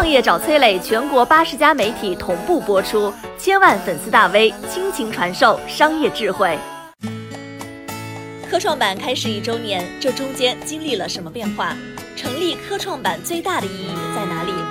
创业找崔磊，全国80家媒体同步播出，千万粉丝大 V 倾情传授商业智慧。科创板开始1周年，这中间经历了什么变化？成立科创板最大的意义在哪里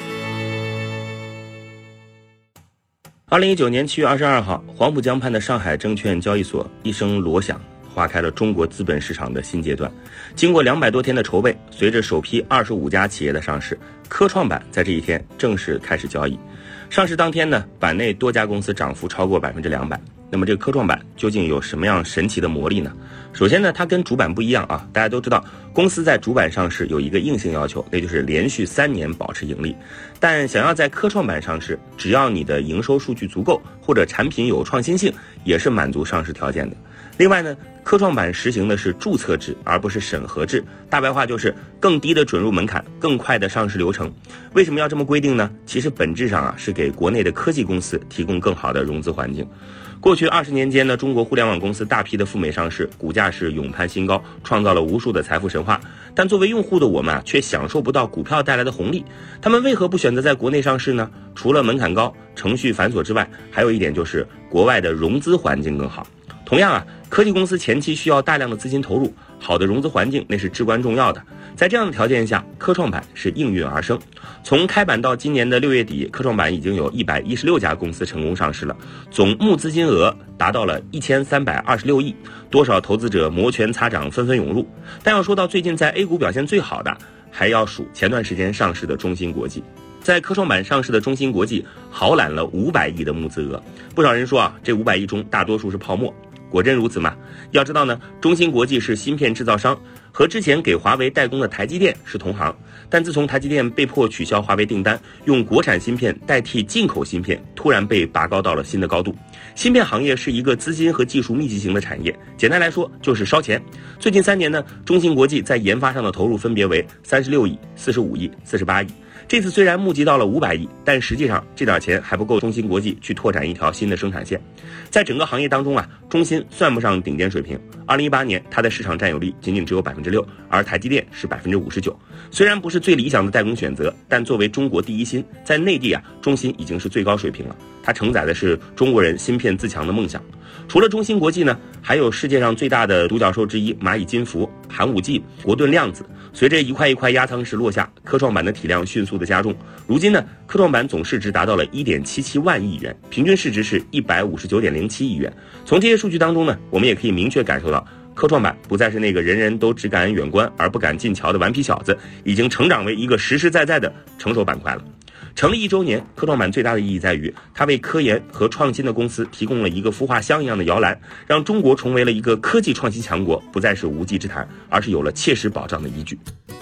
？2019年7月22号，黄浦江畔的上海证券交易所一声锣响，划开了中国资本市场的新阶段。经过200多天的筹备，随着首批25家企业的上市，科创板在这一天正式开始交易。上市当天呢，板内多家公司涨幅超过200%。那么这个科创板究竟有什么样神奇的魔力呢？首先呢，它跟主板不一样啊。大家都知道，公司在主板上市有一个硬性要求，那就是连续3年保持盈利。但想要在科创板上市，只要你的营收数据足够，或者产品有创新性，也是满足上市条件的。另外呢，科创板实行的是注册制，而不是审核制。大白话就是更低的准入门槛，更快的上市流程。为什么要这么规定呢？其实本质上是给国内的科技公司提供更好的融资环境。过去20年间呢，中国互联网公司大批的赴美上市，股价是勇攀新高，创造了无数的财富神话。但作为用户的我们却享受不到股票带来的红利。他们为何不选择在国内上市呢？除了门槛高、程序繁琐之外，还有一点就是国外的融资环境更好。同样科技公司前期需要大量的资金投入，好的融资环境那是至关重要的。在这样的条件下，科创板是应运而生。从开板到今年的6月底，科创板已经有116家公司成功上市了，总募资金额达到了1326亿，多少投资者摩拳擦掌，纷纷涌入。但要说到最近在 A 股表现最好的，还要数前段时间上市的中芯国际。在科创板上市的中芯国际豪揽了500亿的募资额，不少人说这500亿中大多数是泡沫。果真如此吗？要知道呢，中芯国际是芯片制造商，和之前给华为代工的台积电是同行。但自从台积电被迫取消华为订单，用国产芯片代替进口芯片，突然被拔高到了新的高度。芯片行业是一个资金和技术密集型的产业，简单来说就是烧钱。最近3年呢，中芯国际在研发上的投入分别为36亿、45亿、48亿。这次虽然募集到了500亿，但实际上这点钱还不够中芯国际去拓展一条新的生产线。在整个行业当中中芯算不上顶尖水平。2018年它的市场占有率仅仅只有6%，而台积电是59%。虽然不是最理想的代工选择，但作为中国第一芯，在内地中芯已经是最高水平了。它承载的是中国人芯片自强的梦想。除了中芯国际呢，还有世界上最大的独角兽之一蚂蚁金服、寒武纪、国盾量子。随着一块一块压舱石落下，科创板的体量迅速的加重。如今呢，科创板总市值达到了1.77万亿元，平均市值是159.07亿元。从这些数据当中呢，我们也可以明确感受到，科创板不再是那个人人都只敢远观而不敢进瞧的顽皮小子，已经成长为一个实实在在的成熟板块了。成立1周年，科创板最大的意义在于，它为科研和创新的公司提供了一个孵化箱一样的摇篮，让中国成为了一个科技创新强国，不再是无稽之谈，而是有了切实保障的依据。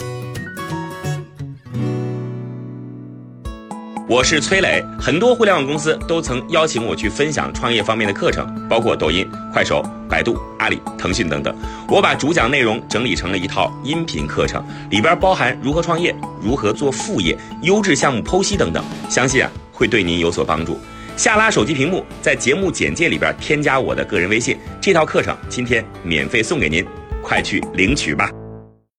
我是崔磊，很多互联网公司都曾邀请我去分享创业方面的课程，包括抖音、快手、百度、阿里、腾讯等等。我把主讲内容整理成了一套音频课程，里边包含如何创业、如何做副业、优质项目剖析等等，相信会对您有所帮助。下拉手机屏幕，在节目简介里边添加我的个人微信，这套课程今天免费送给您，快去领取吧。